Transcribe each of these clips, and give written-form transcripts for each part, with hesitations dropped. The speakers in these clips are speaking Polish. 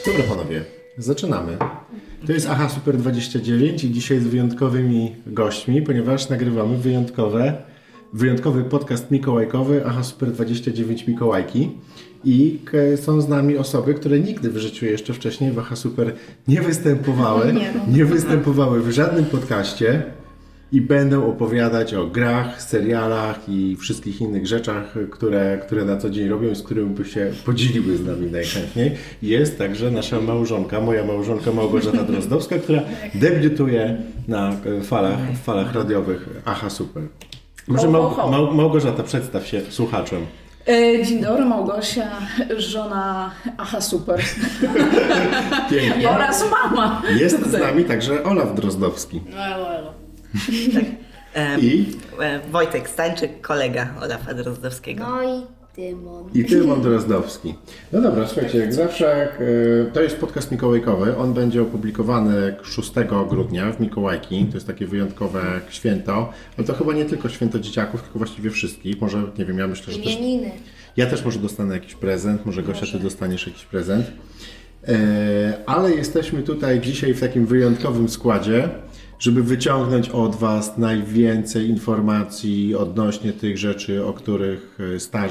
Dobra panowie, zaczynamy. To jest Aha Super 29 i dzisiaj z wyjątkowymi gośćmi, ponieważ nagrywamy wyjątkowy podcast mikołajkowy Aha Super 29 Mikołajki. I są z nami osoby, które nigdy w życiu jeszcze wcześniej w Aha Super nie występowały w żadnym podcaście i będą opowiadać o grach, serialach i wszystkich innych rzeczach, które na co dzień robią i z którymi by się podzieliły z nami najchętniej. Jest także nasza małżonka, moja małżonka Małgorzata Drozdowska, która debiutuje na falach radiowych Aha Super. Może Małgorzata, przedstaw się słuchaczom. Dzień dobry, Małgosia, żona Aha Super. Pięknie. Oraz mama. Jest z nami także Olaf Drozdowski. Elo. Tak. I? Wojtek Stańczyk, kolega Olafa Drozdowskiego. No i Tymon. I Tymon Drozdowski. No dobra, słuchajcie, jak zawsze to jest podcast mikołajkowy. On będzie opublikowany 6 grudnia w Mikołajki. To jest takie wyjątkowe święto. Ale to chyba nie tylko święto dzieciaków, tylko właściwie wszystkich. Może, nie wiem, ja myślę, że też... Imieniny. Ja też może dostanę jakiś prezent. Może Gosia, ty dostaniesz jakiś prezent. Ale jesteśmy tutaj dzisiaj w takim wyjątkowym składzie, żeby wyciągnąć od Was najwięcej informacji odnośnie tych rzeczy, o których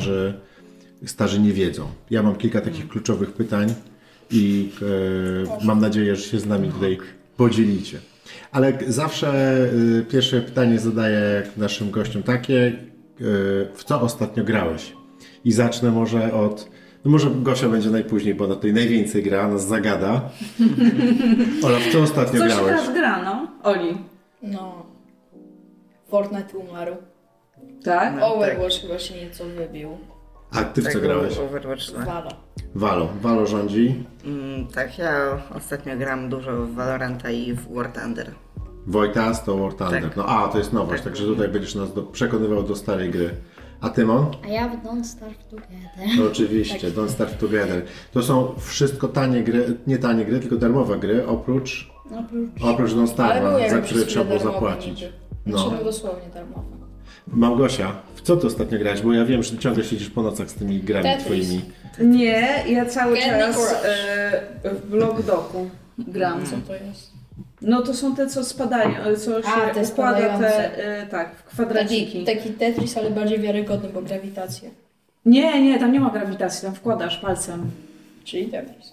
starzy nie wiedzą. Ja mam kilka takich kluczowych pytań i mam nadzieję, że się z nami tutaj podzielicie. Ale zawsze pierwsze pytanie zadaję naszym gościom takie, w co ostatnio grałeś? I zacznę może od... No może Gosia będzie najpóźniej, bo ona tutaj najwięcej gra, nas zagada. Olaf, w co ostatnio grałeś? Coś teraz gra, no? Oli. No. Fortnite umarł. Tak? Overwatch chyba się nieco wybił. A ty w co grałeś? Overwatch 2. Valo rządzi. Tak, ja ostatnio gram dużo w Valoranta i w War Thunder. Wojtas to War Thunder. Tak. No to jest nowość, także tutaj będziesz nas przekonywał do starej gry. A Tymon? A ja w Don't Starve Together. No oczywiście, Don't Starve Together. To są wszystko tanie gry, nie tanie gry, tylko darmowe gry, oprócz Don't Starve'a, za które trzeba było zapłacić. No. Dosłownie darmowe. Małgosia, w co ty ostatnio grałeś? Bo ja wiem, że ty ciągle siedzisz po nocach z tymi grami Tetris. twoimi. Nie, ja cały Candy czas Crush. w Blockdoku gram. Co to jest? No to są te, co spadają, co się te układa spadające. tak, w kwadraciki. Taki Tetris, ale bardziej wiarygodny, bo grawitacja. Nie, tam nie ma grawitacji, tam wkładasz palcem. Czyli Tetris.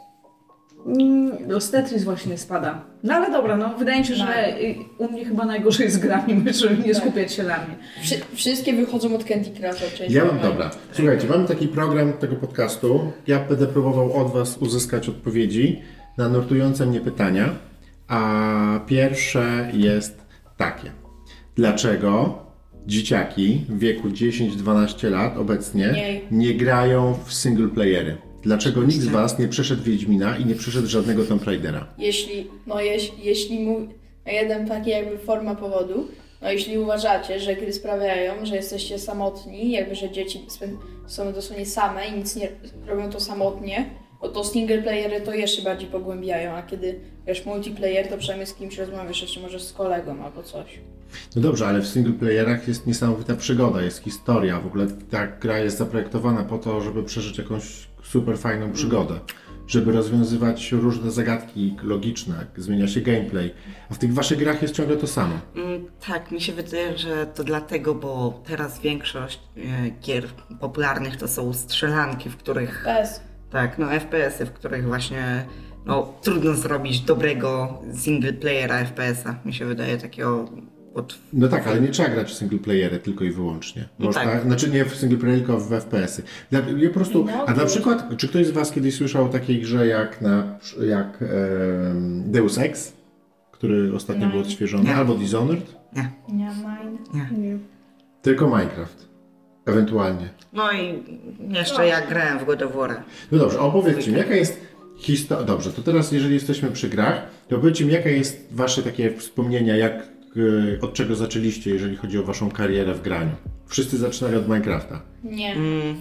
Z Tetris właśnie spada. No ale dobra, no wydaje mi się, że u mnie chyba najgorzej z grami, żeby nie skupiać się na mnie. Wszystkie wychodzą od Candy Crusha. Dobra. Słuchajcie, mamy taki program tego podcastu. Ja będę próbował od Was uzyskać odpowiedzi na nurtujące mnie pytania. A pierwsze jest takie. Dlaczego dzieciaki w wieku 10-12 lat obecnie nie grają w single playery? Dlaczego nikt z Was nie przeszedł Wiedźmina i nie przeszedł żadnego Tomb Raidera? Jeden taki jakby forma powodu, no jeśli uważacie, że gry sprawiają, że jesteście samotni, jakby że dzieci są dosłownie same i nic nie robią to samotnie, to single playery to jeszcze bardziej pogłębiają, a kiedy wiesz multiplayer, to przynajmniej z kimś rozmawiasz, jeszcze może z kolegą albo coś. No dobrze, ale w single playerach jest niesamowita przygoda, jest historia. W ogóle ta gra jest zaprojektowana po to, żeby przeżyć jakąś super fajną przygodę. Żeby rozwiązywać różne zagadki logiczne, zmienia się gameplay. A w tych waszych grach jest ciągle to samo. Tak, mi się wydaje, że to dlatego, bo teraz większość gier popularnych to są strzelanki, w których... Tak, no FPS-y, w których właśnie trudno zrobić dobrego single playera FPS-a, mi się wydaje takiego... No tak, ale nie trzeba grać w single playery tylko i wyłącznie. Można, tak. Znaczy nie w single player, tylko w FPS-y. Ja po prostu, a na przykład, czy ktoś z Was kiedyś słyszał o takiej grze jak Deus Ex, który ostatnio był odświeżony, albo Dishonored? Nie. Tylko Minecraft. Ewentualnie. No i jeszcze jak grałem w God of War. No dobrze, opowiedzcie mi, jaka jest historia... Dobrze, to teraz jeżeli jesteśmy przy grach, to powiedzcie mi, jakie jest Wasze takie wspomnienia, od czego zaczęliście, jeżeli chodzi o Waszą karierę w graniu? Wszyscy zaczynali od Minecrafta. Nie.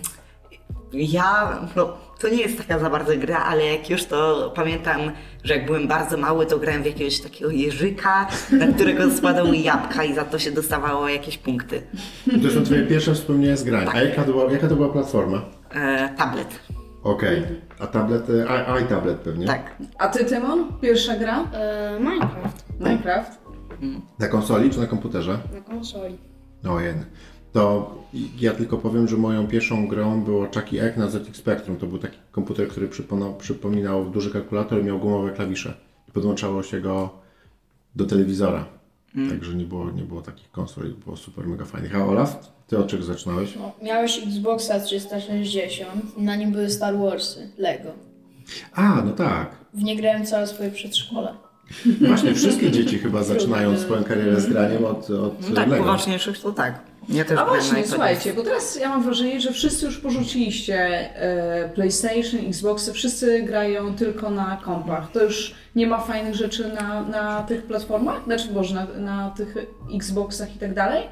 To nie jest taka za bardzo gra, ale jak już to pamiętam, że jak byłem bardzo mały, to grałem w jakiegoś takiego jeżyka, na którego spadały jabłka i za to się dostawało jakieś punkty. To są Twoje pierwsze wspomnienia z grania. A jaka to była platforma? Tablet. Okej. A tablet, iTablet pewnie? Tak. A ty, Tymon? Pierwsza gra? Minecraft. Na konsoli czy na komputerze? Na konsoli. Ojej. To ja tylko powiem, że moją pierwszą grą było Chucky Egg na ZX Spectrum. To był taki komputer, który przypominał duży kalkulator i miał gumowe klawisze. I podłączało się go do telewizora. Także nie było takich konsol, było super mega fajnych. A Olaf, ty od czego zaczynałeś? No, miałeś Xboxa 360 i na nim były Star Warsy, Lego. A, no tak. W nie grałem całe swoje przedszkole. Właśnie wszystkie dzieci chyba zaczynają swoją karierę z graniem od Tak, Lego. poważniejszych to tak. Ja też A grałem właśnie, na słuchajcie, bo teraz ja mam wrażenie, że wszyscy już porzuciliście PlayStation, Xboxy, wszyscy grają tylko na kompach. To już nie ma fajnych rzeczy na tych platformach? Znaczy, może na tych Xboxach i tak dalej?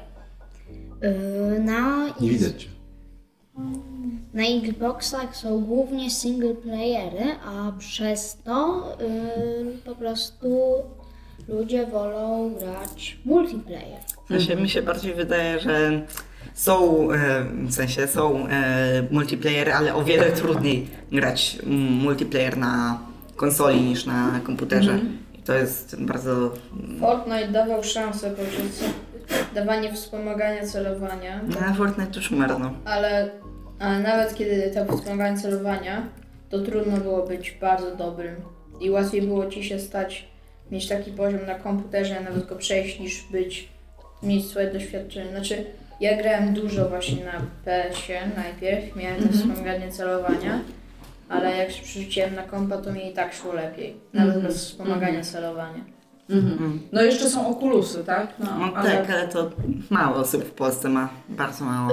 Nie widać cię. Na Xboxach są głównie single playery, a przez to po prostu ludzie wolą grać multiplayer. W sensie mi się bardziej wydaje, że są, multiplayery, ale o wiele trudniej grać multiplayer na konsoli niż na komputerze. I to jest bardzo... Fortnite dawał szansę poprzez dawanie wspomagania celowania. Na Fortnite to szmer, no. Ale nawet kiedy to wspomaganie celowania, to trudno było być bardzo dobrym. I łatwiej było ci się mieć taki poziom na komputerze, a nawet go przejść, niż mieć swoje doświadczenie. Znaczy, ja grałem dużo właśnie na PS-ie najpierw, miałem to wspomaganie celowania, ale jak się przerzuciłem na kompa, to mi i tak szło lepiej, nawet bez wspomagania celowania. No jeszcze są Oculusy, tak? No tak, ale to mało osób w Polsce ma, bardzo mało.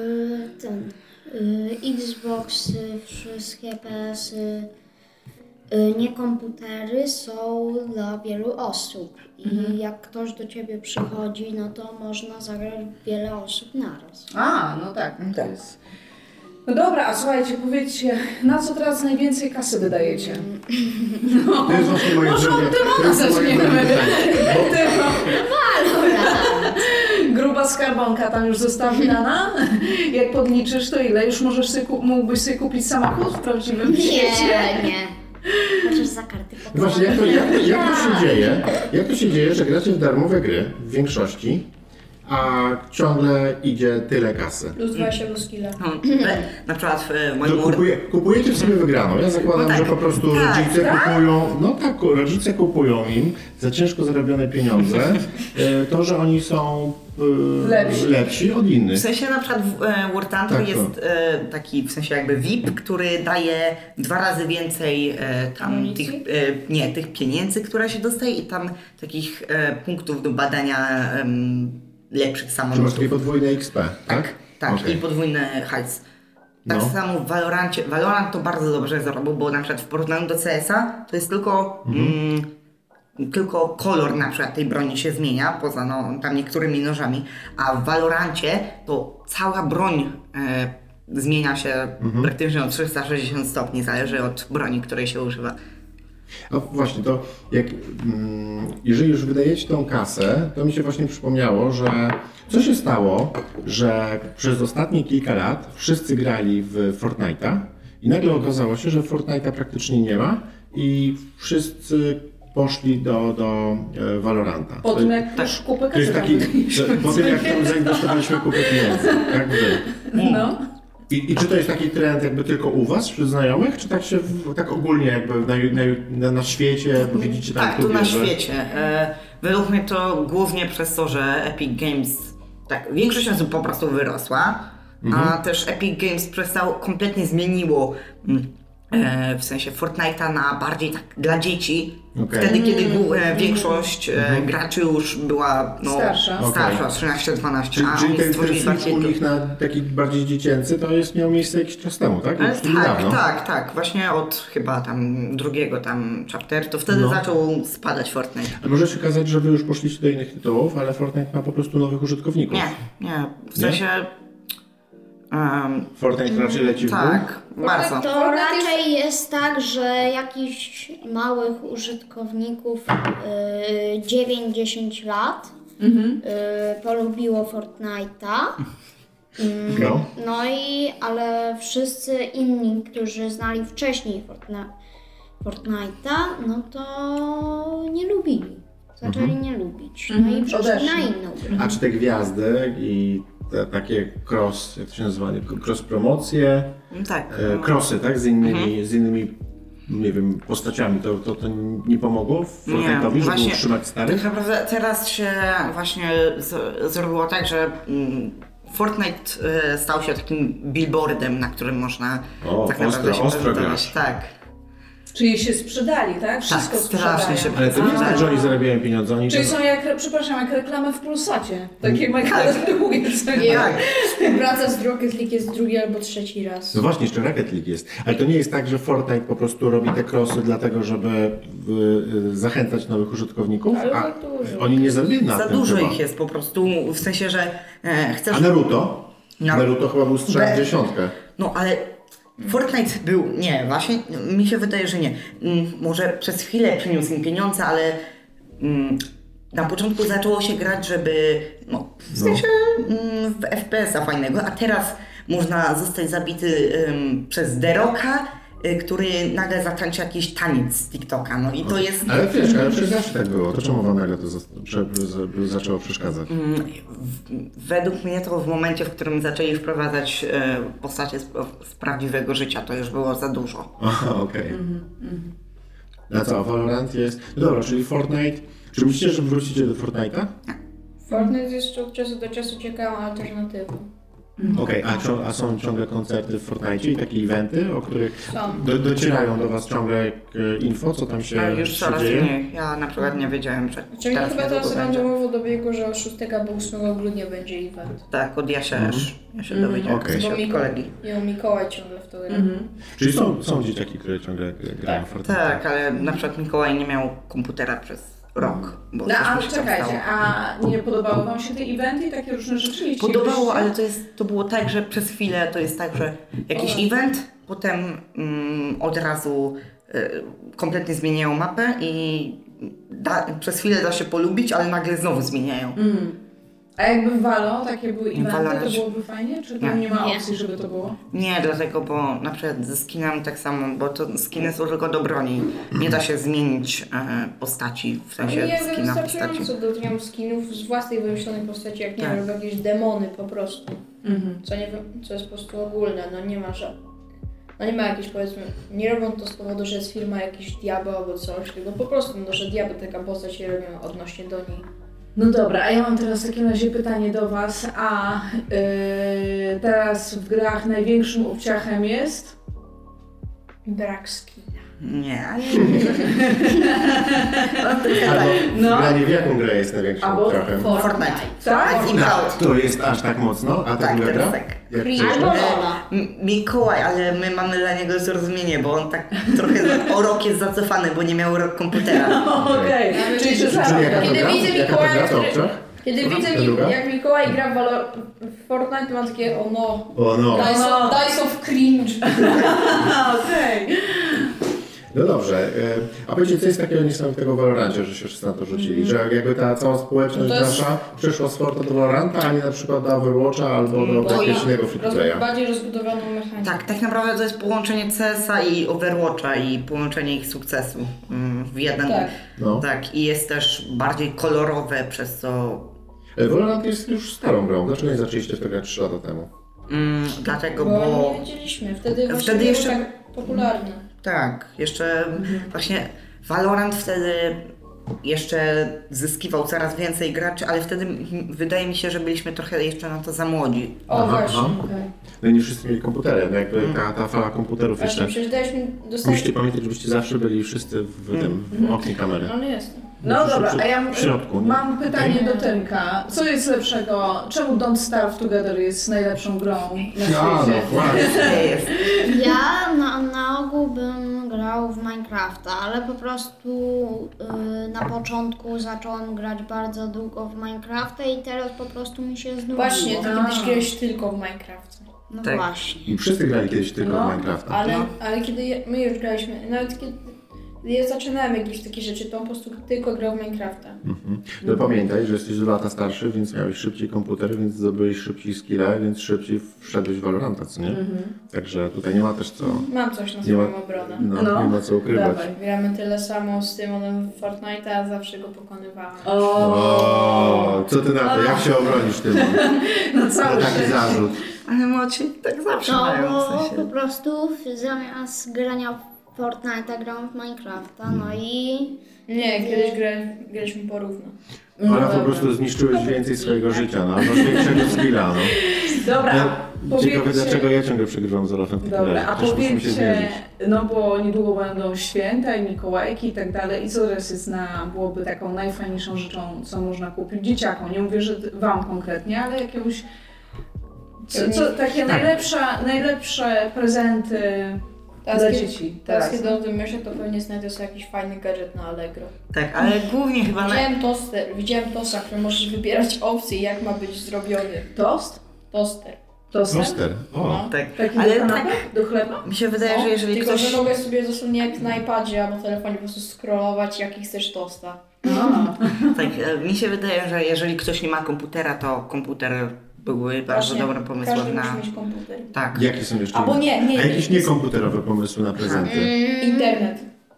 Xboxy, wszystkie PS-y, nie komputery są dla wielu osób. I jak ktoś do ciebie przychodzi, no to można zagrać wiele osób naraz. A, no tak. To jest... No dobra, a słuchajcie, powiedzcie, na co teraz najwięcej kasy wydajecie? To jest właśnie moje Może drugie- od to Tymona jest moje zaczniemy. drugie pytanie. Gruba skarbonka tam już zostawi dana. Jak podliczysz, to ile? Już mógłbyś sobie kupić samochód w prawdziwym świecie? Nie. Chociaż za karty Właśnie, jak to się dzieje, że gracie w darmowe gry w większości, a ciągle idzie tyle kasy? Plus 20 skilla. No, na przykład w To moim kupujecie w sobie wygraną. Ja zakładam, No tak. że po prostu rodzice kupują, rodzice kupują im za ciężko zarobione pieniądze to, że oni są lepsi od W innych. sensie na przykład w War Thunder Tak, jest taki w sensie jakby VIP, który daje 2 razy więcej tych pieniędzy, które się dostaje i tam takich punktów do badania lepszych Że masz samolotów. takie podwójne XP, tak? Tak, Okej. i podwójny hajs. Tak No. samo w Valorancie. Valorant to bardzo dobrze zarobił, bo na przykład w porównaniu do CS-a to jest tylko kolor na przykład tej broni się zmienia, poza tam niektórymi nożami, a w Valorancie to cała broń zmienia się praktycznie o 360 stopni, zależy od broni, której się używa. No właśnie, to jeżeli już wydajecie tą kasę, to mi się właśnie przypomniało, że co się stało, że przez ostatnie kilka lat wszyscy grali w Fortnite'a i nagle okazało się, że Fortnite'a praktycznie nie ma i wszyscy poszli do Valoranta. Po tym jak już kupę To jest kasy taki, po tym jak tam zainwestowaliśmy kupę pieniędzy, jak wy. No. I czy to jest taki trend jakby tylko u was, wśród znajomych, czy tak się tak ogólnie jakby na świecie, bo widzicie tam Tak, tu na świecie. Według mnie to głównie przez to, że Epic Games, tak, większość osób po prostu wyrosła, a też Epic Games kompletnie zmieniło w sensie Fortnite'a na bardziej tak dla dzieci. Okej. Wtedy, kiedy większość graczy już była Starsza. starsza 13-12, a Czyli oni ten stworzyli switch bardziej... u nich na taki bardziej dziecięcy to miał miejsce jakiś czas temu, tak? Już Tak, niedawno. tak. Właśnie od chyba tam drugiego chapter, to wtedy zaczął spadać Fortnite. A może się okazać, że wy już poszliście do innych tytułów, ale Fortnite ma po prostu nowych użytkowników. Nie. W sensie... Fortnite raczej leci w dół? Tak, bardzo. To raczej jest tak, że jakichś małych użytkowników 9-10 lat polubiło Fortnite'a Ale wszyscy inni, którzy znali wcześniej Fortnite'a, no to nie lubili. Zaczęli nie lubić. No i przeszli na inną grę. A czy te gwiazdy i te takie jak to się nazywa, cross promocje, crossy, tak? Z innymi nie wiem, postaciami, to nie pomogło Fortnite'owi, żeby utrzymać starych? Tak naprawdę teraz się właśnie zrobiło tak, że Fortnite stał się takim billboardem, na którym można naprawdę się prezentować. Tak. Czyli się sprzedali, tak? Wszystko strasznie się Ale to nie jest tak, że oni zarabiają pieniądze. Czyli są jak reklamy w Polsacie. Takie mega Współpraca z Rocket League jest drugi albo trzeci raz. No właśnie, jeszcze Rocket League jest. Ale to nie jest tak, że Fortnite po prostu robi te crossy dlatego, żeby zachęcać nowych użytkowników, a oni nie zarabiają na tym. Za dużo ich jest po prostu, w sensie, że chcesz... A Naruto? Naruto chyba był strzał w dziesiątkę. No ale Fortnite był, nie, właśnie mi się wydaje, że nie. Może przez chwilę przyniósł im pieniądze, ale na początku zaczęło się grać, żeby, w sensie w FPS-a fajnego, a teraz można zostać zabity przez The Rocka, który nagle zatańczy jakiś taniec z TikToka, no i to jest... Ale wiesz, przecież zawsze tak było, to czemu wam nagle to zaczęło przeszkadzać? Według mnie to w momencie, w którym zaczęli wprowadzać postacie z prawdziwego życia, to już było za dużo. Aha, okej. A co, Valorant jest... No dobra, czyli Fortnite... Czy myślicie, że wrócicie do Fortnite'a? Fortnite jeszcze od czasu do czasu ciekawą alternatywą. Okej, a są ciągle koncerty w Fortnite i takie eventy, o których docierają do was ciągle info, co tam się już coraz dzieje? mniej. Ja na przykład nie wiedziałem, że Czyli chyba teraz randomowo dobiegło, że od 6 albo 8 grudnia będzie event. Tak, od Jasia się dowiedziałem od kolegi. Ja Mikołaj ciągle w to gra. Czyli są dzieciaki, które ciągle grają w Fortnite? Tak, ale na przykład Mikołaj nie miał komputera przez rok. Bo a czekajcie, a nie podobały wam się te eventy i takie różne rzeczy? Podobało, ale to było tak, że przez chwilę to jest tak, że jakiś event, potem od razu kompletnie zmieniają mapę i przez chwilę da się polubić, ale nagle znowu zmieniają. A jakby w Valo takie były eventy, to byłoby fajnie? Czy tam nie ma opcji, żeby to było? Nie, dlatego, bo na przykład ze skinami tak samo, bo to skiny są tylko do broni. Nie da się zmienić postaci, w sensie skina postaci. Co dotykam skinów z własnej wymyślonej postaci, jak nie wiem, jakieś demony po prostu. Co jest po prostu ogólne, nie ma jakiejś, powiedzmy, nie robią to z powodu, że jest firma jakiś diabeł albo coś, tylko po prostu, że diabeł taka postać się robią odnośnie do niej. No dobra, a ja mam teraz w takim razie pytanie do was, a teraz w grach największym obciachem jest? Brak skina. Nie, ale Albo granie w jaką grę jest największym obciachem? Fortnite. Tak? To jest aż tak mocno? A ta druga gra? Albo Lola. Mikołaj, ale my mamy dla niego zrozumienie, bo on tak trochę o rok jest zacofany, bo nie miał komputera. Okej, czyli Kiedy widzę jak Mikołaj gra w Fortnite, to mam takie Dice of cringe. Okej. No dobrze, a powiedzcie, co jest takiego niesamowitego w Valorancie, że się wszyscy na to rzucili? Że jakby ta cała społeczność nasza przeszła z Fortnite do Valoranta, a nie na przykład do Overwatcha albo do jakiegoś innego free-to-playa? Bardziej rozbudowaną mechanikę. Tak naprawdę to jest połączenie CS-a i Overwatcha i połączenie ich sukcesu w jeden. Tak, i jest też bardziej kolorowe, przez co... Valorant jest już starą grą. Dlaczego nie zaczęliście w to grać 3 lata temu? Dlatego, bo nie wiedzieliśmy. Wtedy jeszcze tak popularny. Tak, jeszcze właśnie Valorant wtedy jeszcze zyskiwał coraz więcej graczy, ale wtedy wydaje mi się, że byliśmy trochę jeszcze na to za młodzi. Właśnie. No i nie wszyscy mieli komputery, no jakby ta fala komputerów jeszcze. Musicie pamiętać, żebyście zawsze byli wszyscy w oknie kamery. No jest. No dobra, a ja środku, mam pytanie do Tymka. Co jest lepszego? Czemu Don't Starve Together jest najlepszą grą na świecie? Ja na ogół bym grał w Minecrafta, ale po prostu na początku zacząłem grać bardzo długo w Minecrafta i teraz po prostu mi się znudziło. Właśnie, to kiedyś grałeś tylko w Minecrafta. No właśnie. I wszyscy grali kiedyś tylko w Minecrafta. Ale kiedy my już graliśmy, nawet kiedy ja zaczynałem jakieś takie rzeczy, to on po prostu tylko grał w Minecrafta. No pamiętaj, że jesteś 2 lata starszy, więc miałeś szybciej komputer, więc zdobyłeś szybciej skille, więc szybciej wszedłeś w Valoranta, co nie? Także tutaj nie ma też co... Mam coś na Nie ma- swoją obronę. No, nie ma co ukrywać. Dawaj. Gramy tyle samo z Tymonem w Fortnite'a, a zawsze go pokonywałem. O, co ty na to? Jak się obronisz tym? No Na cały taki szczęście. zarzut. Ale młodsi tak zawsze mają w No, po sensie. prostu zamiast grania w Fortnite'a grałam w Minecrafta, no i... Nie, kiedyś graliśmy porówno. Ale po prostu zniszczyłeś więcej swojego życia, no. Masz większego skilla, no. Dobra, Ja, ciekawe powiedzcie... dlaczego ja ciągle przegrywam z Olafem w takim Dobra, razie. a Też musimy się powiedzcie, zmierzyć. no bo niedługo będą święta i Mikołajki i tak dalej. I co teraz jest byłoby taką najfajniejszą rzeczą, co można kupić dzieciakom? Nie mówię, że wam konkretnie, ale jakiemuś... Takie najlepsze prezenty dla dzieci Teraz kiedy o tym myślę, to pewnie znajdę sobie jakiś fajny gadżet na Allegro. Tak, ale głównie chyba Widziałem tosta, który możesz wybierać opcje, jak ma być zrobiony. Tost? Toster. Toster. O. No. tak. Taki Ale do tak, kanapy? Do chleba? mi się wydaje, że jeżeli Tylko, ktoś... że mogę sobie dosłownie jak na iPadzie albo telefonie po prostu scrollować, jaki chcesz tosta. Tak, mi się wydaje, że jeżeli ktoś nie ma komputera, to komputer byłby bardzo Właśnie, dobrym pomysłem każdy na... musi mieć komputer. Tak. Jakie są jeszcze... Albo nie. A jakieś niekomputerowe pomysły na prezenty? Internet.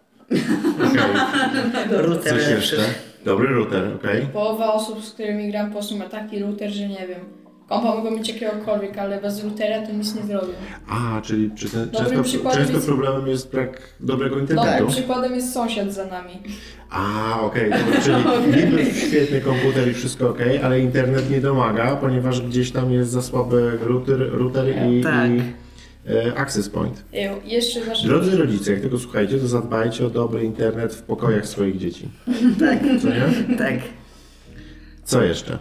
Okej. Router Coś jeszcze? Dobry router, okej. Połowa osób, z którymi gram, po prostu ma taki router, że nie wiem. Kompa mogą mieć jakiegokolwiek, ale bez routera to nic nie zrobią. A, czyli Dobrym przykładem często jest- problemem jest brak dobrego Dobrym internetu. przykładem jest sąsiad za nami. A, okej, dobra, czyli niby świetny komputer i wszystko okej, ale internet nie domaga, ponieważ gdzieś tam jest za słaby router i Tak. access point. Jeszcze nasze... Drodzy rodzice, jak tego słuchajcie, to zadbajcie o dobry internet w pokojach swoich dzieci. Tak, Co nie? tak. Co jeszcze?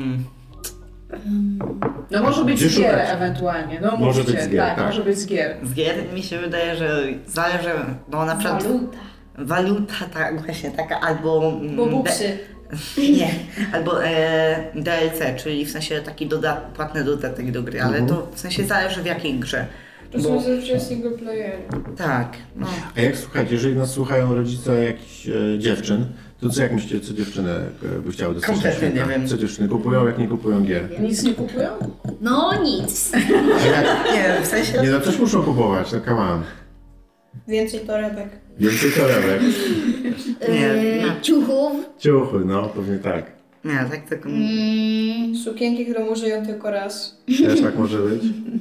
No może być Gdzie z gier szukać? ewentualnie. No Może mówcie, być z gier, tak. może być z gier. Z gier mi się wydaje, że zależy, no na przykład... Waluta. Waluta, tak, właśnie taka, albo... Bobuksy. Nie, albo DLC, czyli w sensie taki płatny dodatek do gry, ale to w sensie zależy w jakiej grze. To są zazwyczaj single playery. Tak, no. A jak słuchajcie, jeżeli nas słuchają rodzice jakichś dziewczyn, to co jak myślicie, co dziewczyny by chciały dostać? na Kompletnie święta? nie wiem. Co dziewczyny kupują, jak nie kupują gier? Nic nie kupują? No nic. A jak, Nie, w sensie... nie no, coś muszą kupować, no come on. Więcej torebek. Więcej torebek. Ciuchów. Ciuchy, no, pewnie tak. Nie, tak tylko... Sukienki, które użyją tylko raz. Też tak może być.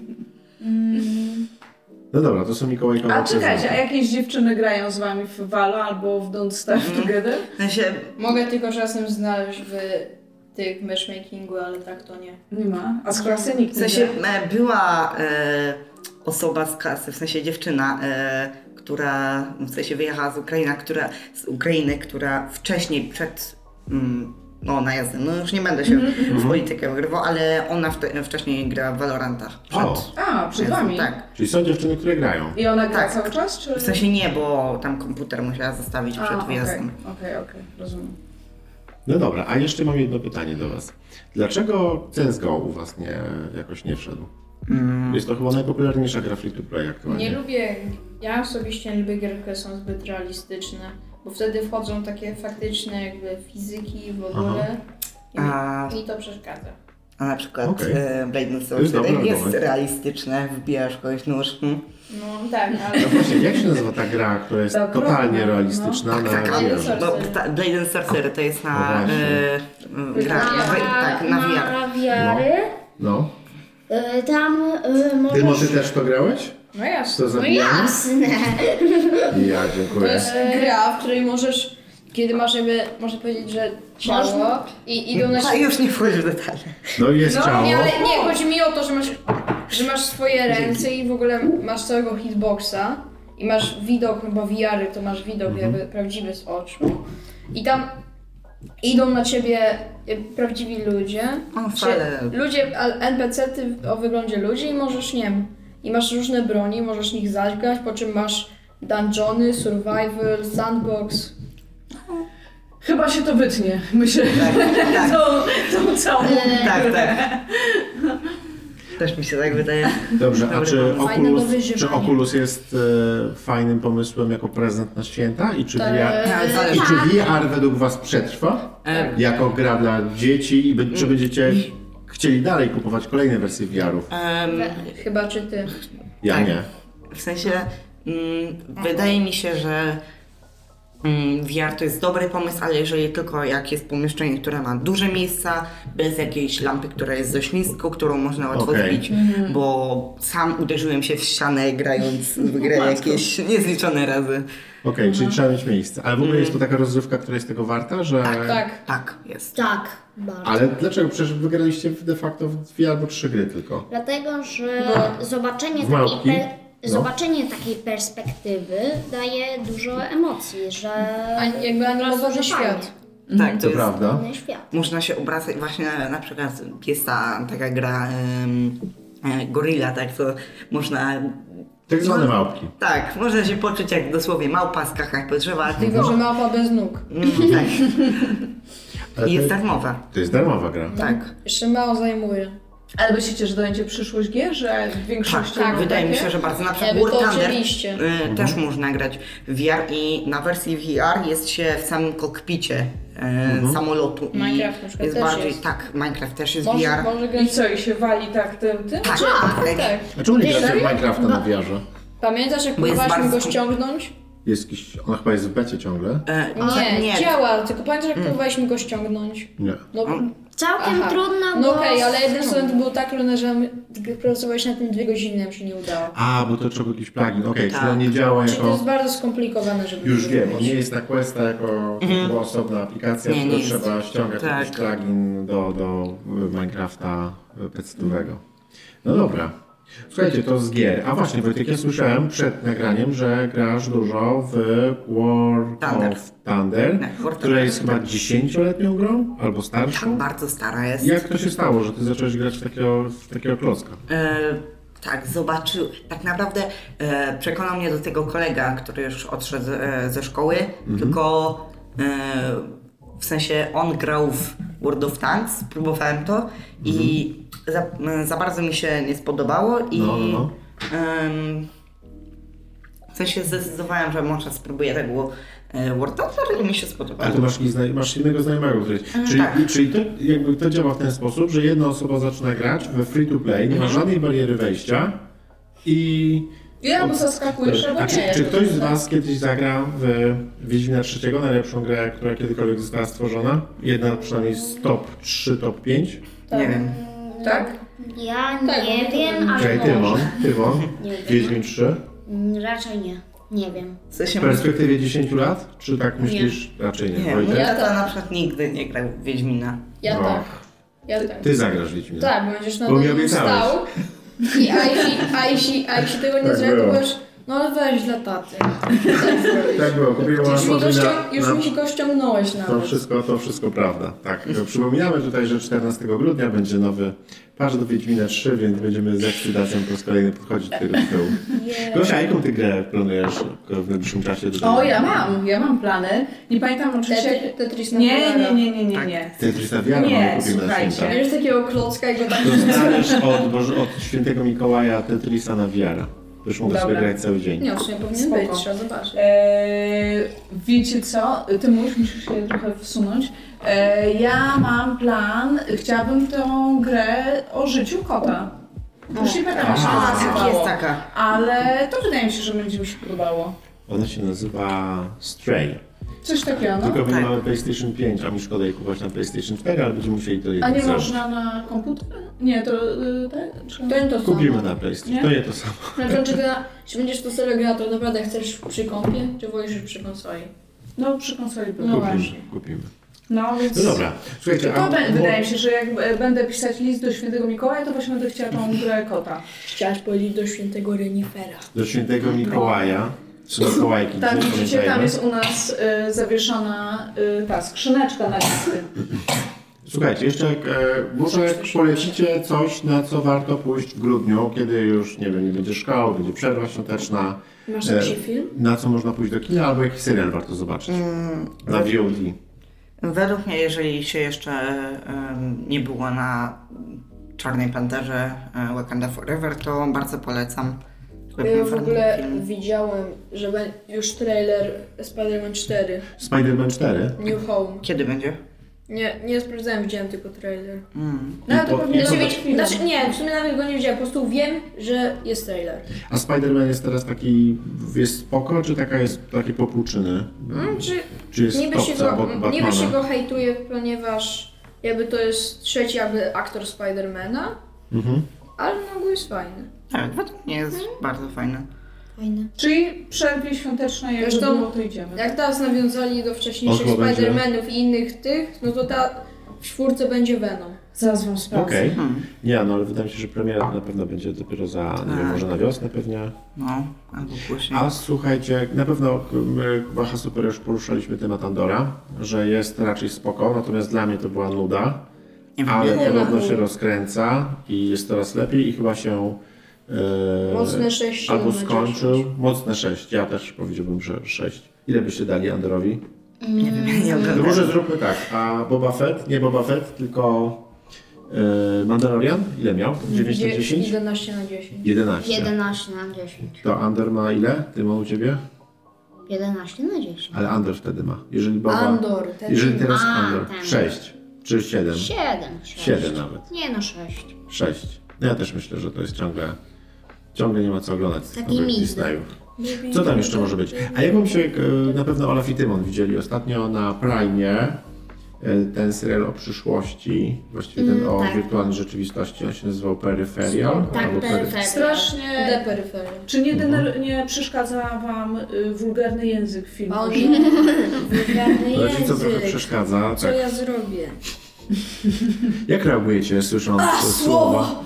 No dobra, to są mikołajkowe A czekajcie, prezenty. a jakieś dziewczyny grają z wami w Valo albo w Don't Starve Together? W sensie... Mogę tylko czasem znaleźć w tych matchmakingu, ale tak to nie. Nie ma. A z klasy nikt W nie sensie gra? była osoba z klasy, w sensie dziewczyna, która w sensie wyjechała z Ukrainy, która wcześniej przed najazdem, no już nie będę się w politykę wgrywał, ale ona wcześniej grała w Valoranta. Przed wami? Tak. Czyli są dziewczyny, które grają. I ona gra Tak. cały czas, czy...? W sensie nie, bo tam komputer musiała zostawić przed wyjazdem. Okej, rozumiem. No dobra, a jeszcze mam jedno pytanie do Was. Dlaczego CSGO u Was jakoś nie wszedł? Jest to chyba najpopularniejsza gra free to play aktualnie. Nie lubię, ja osobiście nie lubię gier, które są zbyt realistyczne, bo wtedy wchodzą takie faktyczne jakby fizyki w ogóle i mi to przeszkadza. A na przykład Okej. Blade and To jest dobry Sorcerer jest argument. realistyczne, wbijasz kogoś nóż. No tak, ale... No właśnie, jak się nazywa ta gra, która jest Ta totalnie okrągła, realistyczna na tak, ale VR? co? Bo Blade and Sorcerer to jest No na właśnie. gra, tak, na VR. Na wiary. No. Tam Ty możesz... może też to grałeś? No jasne. To No zabijanie? jasne. Ja To dziękuję. jest gra, w której możesz, kiedy masz jakby, można powiedzieć, że ciało i idą na A siebie. już nie wchodź w detale. No i jest ciało. Nie, ale nie, chodzi mi o to, że masz swoje ręce i w ogóle masz całego hitboxa i masz widok, chyba VR, to masz widok jakby prawdziwy z oczu i tam idą na ciebie prawdziwi ludzie, O, Czy fale. ludzie, NPC-ty o wyglądzie ludzi i możesz, nie wiem, i masz różne broni, możesz nich zagrać, po czym masz dungeony, survival, sandbox. Chyba się to wytnie, myślę. Tak. Tą całą... Tak, tak. Też mi się tak wydaje. Dobrze, a Fajne czy Oculus jest fajnym pomysłem jako prezent na święta? I czy VR według Was przetrwa jako gra dla dzieci? I czy będziecie chcieli dalej kupować kolejne wersje VR-ów? Chyba czy ty? Ja tak. nie. W sensie wydaje mi się, że VR to jest dobry pomysł, ale jeżeli tylko jak jest pomieszczenie, które ma duże miejsca, bez jakiejś lampy, która jest dość nisko, którą można łatwo zbić, bo sam uderzyłem się w ścianę grając w grę jakieś niezliczone razy. Okej, czyli trzeba mieć miejsce. Ale w ogóle jest to taka rozrywka, która jest tego warta, że... Tak, jest. Tak, bardzo. Ale dlaczego? Przecież wygraliście de facto w 2 albo 3 gry tylko. Dlatego, że zobaczenie takiej perspektywy daje dużo emocji, że Jakby animowany świat. Tak, To prawda. inny świat. Można się obracać właśnie na przykład jest taka gra Gorilla, tak, to można... Tak zwane małpki. Tak, można się poczuć jak dosłownie małpa skakać po drzewach. Tylko, że małpa bez nóg. Tak. Ale I jest darmowa. To jest darmowa gra. Tak. Jeszcze mało zajmuje. Ale myślicie, że to będzie przyszłość gier, że w większości... Tak, wydaje mi się, że bardzo. Na przykład Jakby War to Thunder oczywiście. też można grać w VR i na wersji VR jest się w samym kokpicie samolotu. Minecraft na I przykład jest też bardziej, jest. tak, Minecraft też jest VR. Może I grać... co, i się wali tak tym? Tak, Tak. A czemu nie gracie w Minecrafta na VR-ze? Pamiętasz, jak Bo jest próbowaliśmy go bardzo- ściągnąć? Jest jakiś... Ona chyba jest w becie ciągle. Nie, działa, tylko pamiętasz, jak próbowaliśmy go ściągnąć? Nie. No, Całkiem trudno, no bo... okej, ale jeden student był tak trudny, że my pracowaliśmy na tym 2 godziny, nam się nie udało. A, bo to trzeba jakiś plugin. Okej, Tak. czyli on nie działa Czyli to jest jako... bardzo skomplikowane, żeby Już to wiem, on zrobić. nie jest na Questa jako była osobna aplikacja, Nie, tylko nie jest. trzeba ściągać Tak. jakiś plugin do Minecrafta PC-owego. No dobra. Słuchajcie, to z gier. A właśnie, Wojtek, ja słyszałem przed nagraniem, że grasz dużo w War Thunder. of Thunder, Tak, War która Thunder. jest chyba 10-letnią grą, albo starszą. Bardzo stara jest. Jak to się stało, że ty zacząłeś grać w takiego klocka? Tak, zobaczył. Tak naprawdę przekonał mnie do tego kolega, który już odszedł ze szkoły, tylko w sensie on grał w World of Tanks, próbowałem to i za bardzo mi się nie spodobało i No. w sensie zdecydowałem, że może spróbuję tego World of Tanks i mi się spodobało. Ale ty masz innego znajomego, który... Czyli to, jakby to działa w ten sposób, że jedna osoba zaczyna grać we free to play, nie ma żadnej bariery wejścia i... Albo zaskakujesz, albo A nie. czy ktoś z Was kiedyś zagra w Wiedźmina III, najlepszą grę, która kiedykolwiek została stworzona? Jedna przynajmniej z top 3, top 5? Nie wiem. Tak? Ja Tak, nie no to wiem, ale Czekaj, Tymon, Nie wiem. Wiedźmin 3? Raczej nie. Nie wiem. W sensie W perspektywie 10 lat? Czy tak myślisz? Raczej nie. nie, Wojtek? ja to na przykład nigdy nie grał w Wiedźmina. Ja No. tak. Ja tak. Ty zagrasz Wiedźmina. Tak, bo będziesz na Bo mi nim obiecałeś. stał. A jeśli tego nie Tak zrobię, to było. powiesz, no ale weź dla taty. Tak było, kupiłem Już mi go ściągnąłeś nawet. To wszystko prawda. Tak. Przypominamy tutaj, że 14 grudnia będzie nowy patch do Wiedźmina 3, więc będziemy z ekscytacją po raz kolejny podchodzić do tego tytułu. Gosia, jaką ty grę planujesz w najbliższym czasie? O, ja mam plany. Nie pamiętam oczywiście... Tetris na Nie. Tak. Tetris na wiarę Nie, mamy kupimy na słuchajcie. święta. Bierzesz takiego klocka i go tak... Dostaniesz od świętego Mikołaja Tetrisa na wiarę. Już mogę sobie Dobra. grać cały dzień. Nie, w sumie powinien Spoko. być, trzeba zobaczyć. Wiecie co? Ty musisz się trochę wsunąć. Ja mam plan, chciałabym tą grę o życiu kota. Już nie pamiętam, jak się to Tak, nazywało. jest taka. Ale to wydaje mi się, że będzie mi się podobało. Ona się nazywa Stray. Coś takiego, no. Tylko my Tak. mamy PlayStation 5, a mi szkoda jej kupować na PlayStation 4, ale będziemy musieli to A jednak nie zrobić. można na komputer? Nie, to tak? Czy... To nie to samo. Kupimy na PlayStation, Nie? to nie to samo. Na przykład, czy będziesz to serio grał, to naprawdę chcesz przy kompie, czy wolisz przy konsoli? No przy konsoli było. No Kupimy, właśnie. kupimy. No więc... No dobra, słuchajcie, Wydaje mi się, że jak będę pisać list do świętego Mikołaja, to właśnie będę chciała tą grę kota. Chciałaś powiedzieć do świętego Renifera. do świętego Mikołaja, czy Mikołajki, Tak, dzisiaj widzicie, tam pamiętajmy. jest u nas zawieszona ta skrzyneczka na listy. Słuchajcie, jeszcze może polecicie coś, na co warto pójść w grudniu, kiedy już, nie wiem, nie będzie szkoły, będzie przerwa świąteczna. Masz jakiś film? Na co można pójść do kina, albo jaki serial warto zobaczyć na VOD. Według mnie, jeżeli się jeszcze nie było Czarnej Panterze Wakanda Forever, to bardzo polecam. Ja w ogóle widziałem, że już trailer Spider-Man 4. Spider-Man 4? New Home. Kiedy będzie? Nie sprawdzałem, widziałem tylko trailer. No ale to pewnie Nie, w sumie nawet go nie widziałem, po prostu wiem, że jest trailer. A Spider-Man jest teraz taki, jest spoko, czy takie popłuczyny? Czy jest Niby się go hejtuje, ponieważ jakby to jest trzeci jakby aktor Spider-Mana, ale na ogół jest fajny. Tak, według mnie jest bardzo fajny. Fajne. Czyli przerwie świątecznej, jak Zresztą, było, to idziemy. Jak teraz nawiązali do wcześniejszych Spider-Manów i innych tych, no to ta w 4 będzie Venom. Zaraz wam sprawdzę. Okej. Nie, no ale wydaje mi się, że premiera na pewno będzie dopiero za, nie wiem, może na wiosnę pewnie. No, albo później. A słuchajcie, na pewno w Aha Super już poruszaliśmy temat Andora, że jest raczej spoko, natomiast dla mnie to była nuda, ale podobno się rozkręca i jest coraz lepiej i chyba się Mocne 6 albo na skończył. 10. Mocne 6, ja też powiedziałbym, że 6. Ile byście dali Andorowi? Nie wiem, ja nie No oglądam. może zróbmy tak, a Boba Fett, nie Boba Fett, tylko Mandalorian, ile miał? 9 na 10? 11 na 10. 11. 11 na 10. To Andor ma ile? Ty ma u Ciebie? 11 na 10. Ale Andor wtedy ma. Jeżeli Boba... Andor, ten Jeżeli teraz A, Andor. ten. 6 czy 7? 7. 7 nawet. Nie no, 6. 6. No ja też myślę, że to jest ciągle nie ma co oglądać z tych Taki nowych mizny. Disneyów. Co tam jeszcze może być? A jak wam się, na pewno Olaf i Tymon widzieli ostatnio na Prime'ie ten serial o przyszłości, właściwie ten o tak. wirtualnej rzeczywistości, on się nazywał Peripheral. Tak, albo Peripheral. Strasznie. The Peripheral. Czy nie przeszkadza wam wulgarny język w filmie? O nie, wulgarny Rodzicom trochę język. przeszkadza. Co Tak. ja zrobię? Jak reagujecie słysząc te słowa?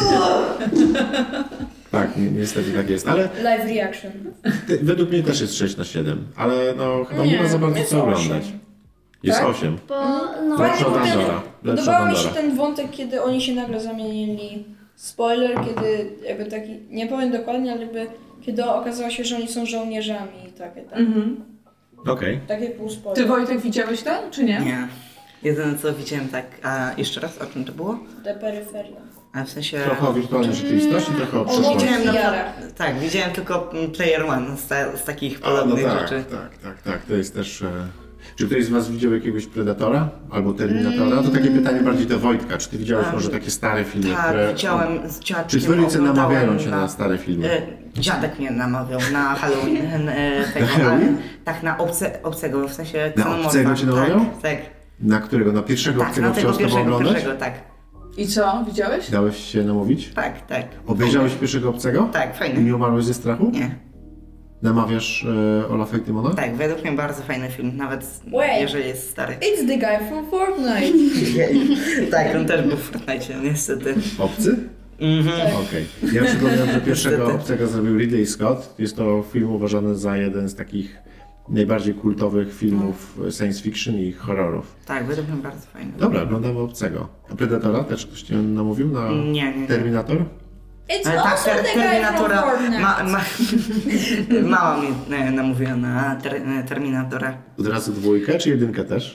Tak, niestety tak jest, ale Live reaction. według mnie też jest 6 na 7, ale no chyba nie Nie, ma za bardzo jest co 8. oglądać. Jest Tak? 8. Bo, no, Lepszy od Fajny Andora. Lepszy od Podobał mi się Andora. ten wątek, kiedy oni się nagle zamienili. Spoiler, kiedy jakby taki, nie powiem dokładnie, ale jakby kiedy okazało się, że oni są żołnierzami i takie tam. Okej. Takie pół spoiler. Ty Wojtek widziałeś ten, czy nie? Nie. Jedyne co widziałem tak, a jeszcze raz o czym to było? The Peripheral. A w sensie... Trochę o wirtualnej rzeczywistości, trochę o O, przyszłości. Widziałem na VR-ach. tak, widziałem tylko Player One z takich A, no podobnych tak, rzeczy. tak. To jest też... Czy ktoś z Was widział jakiegoś Predatora albo Terminatora? To takie pytanie bardziej do Wojtka. Czy Ty widziałeś może takie stare filmy, Tak, które... widziałem z dziadkiem. Czy Twoi rodzice oglądałem namawiają Cię na stare filmy? Dziadek mnie namawiał na Halloween. Tego, Halloween? tak, na obcego, w sensie Na Xenomorfa. obcego cię namawiał? Tak. Na którego? Na pierwszego Tak, obcego na tego chciał z Tobą oglądać? pierwszego, tak. I co, widziałeś? Dałeś się namówić? Tak. Obejrzałeś pierwszego obcego? Tak, I fajny. nie umarłeś ze strachu? Nie. Namawiasz Olafa i Tymona? Tak, według mnie bardzo fajny film, nawet Wait. jeżeli jest stary. It's the guy from Fortnite. Tak, on też był w Fortnite, niestety. Obcy? Okej. Ja przypominam, że pierwszego Niestety. obcego zrobił Ridley Scott. Jest to film uważany za jeden z takich najbardziej kultowych filmów science fiction i horrorów. Tak, według mnie bardzo fajny. Dobra, oglądamy obcego. A Predatora też ktoś Cię namówił na Nie. Terminator? It's Ale tak, also the guy from Terminatora. Fortnite. Mama mnie namówiła na Terminatora. Od razu 2 czy 1 też?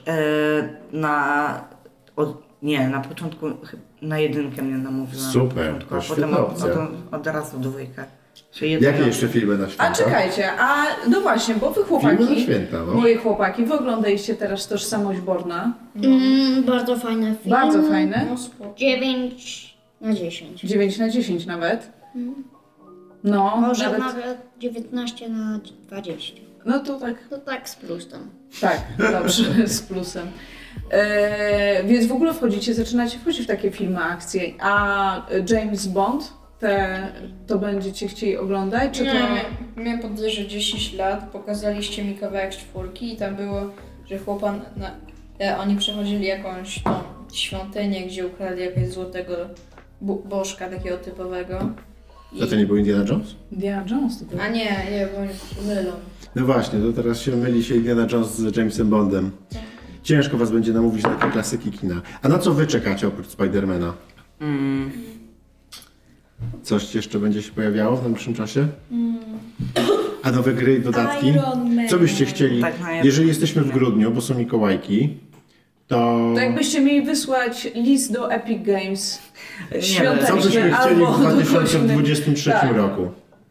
Na początku na 1 mnie namówiła. Super, Na początku, to a potem świetna opcja. od razu 2. Czyli jedna Jakie jeszcze filmy na święta? A czekajcie, no właśnie, bo wy Filmy chłopaki, na święta, no. moje chłopaki, wy oglądaliście teraz Tożsamość Borna. bardzo fajny film. Bardzo fajny. No spoko. 9 na 10. 9 na 10 nawet. No, Może nawet 19 na 20. No to tak. To tak z plusem. Tak, dobrze, z plusem. Więc w ogóle zaczynacie wchodzić w takie filmy, akcje. A James Bond, to będziecie chcieli oglądać? Czy to... Miałem podejrzeć 10 lat, pokazaliście mi kawałek z 4 i tam było, że oni przechodzili jakąś tą świątynię, gdzie ukradli jakiegoś złotego bożka takiego typowego. A to nie był Indiana Jones? Indiana Jones to był. A nie, bo oni mylą. No właśnie, to teraz się myli się Indiana Jones z Jamesem Bondem. Ciężko Was będzie namówić na takie klasyki kina. A na co Wy czekacie oprócz Spidermana? Coś jeszcze będzie się pojawiało w najbliższym czasie? A nowe gry, dodatki? Iron Man. Co byście chcieli? Tak, Jeżeli jesteśmy w grudniu, bo są Mikołajki, To jakbyście mieli wysłać list do Epic Games co świąteczny byśmy chcieli albo w 2023 Tak. roku?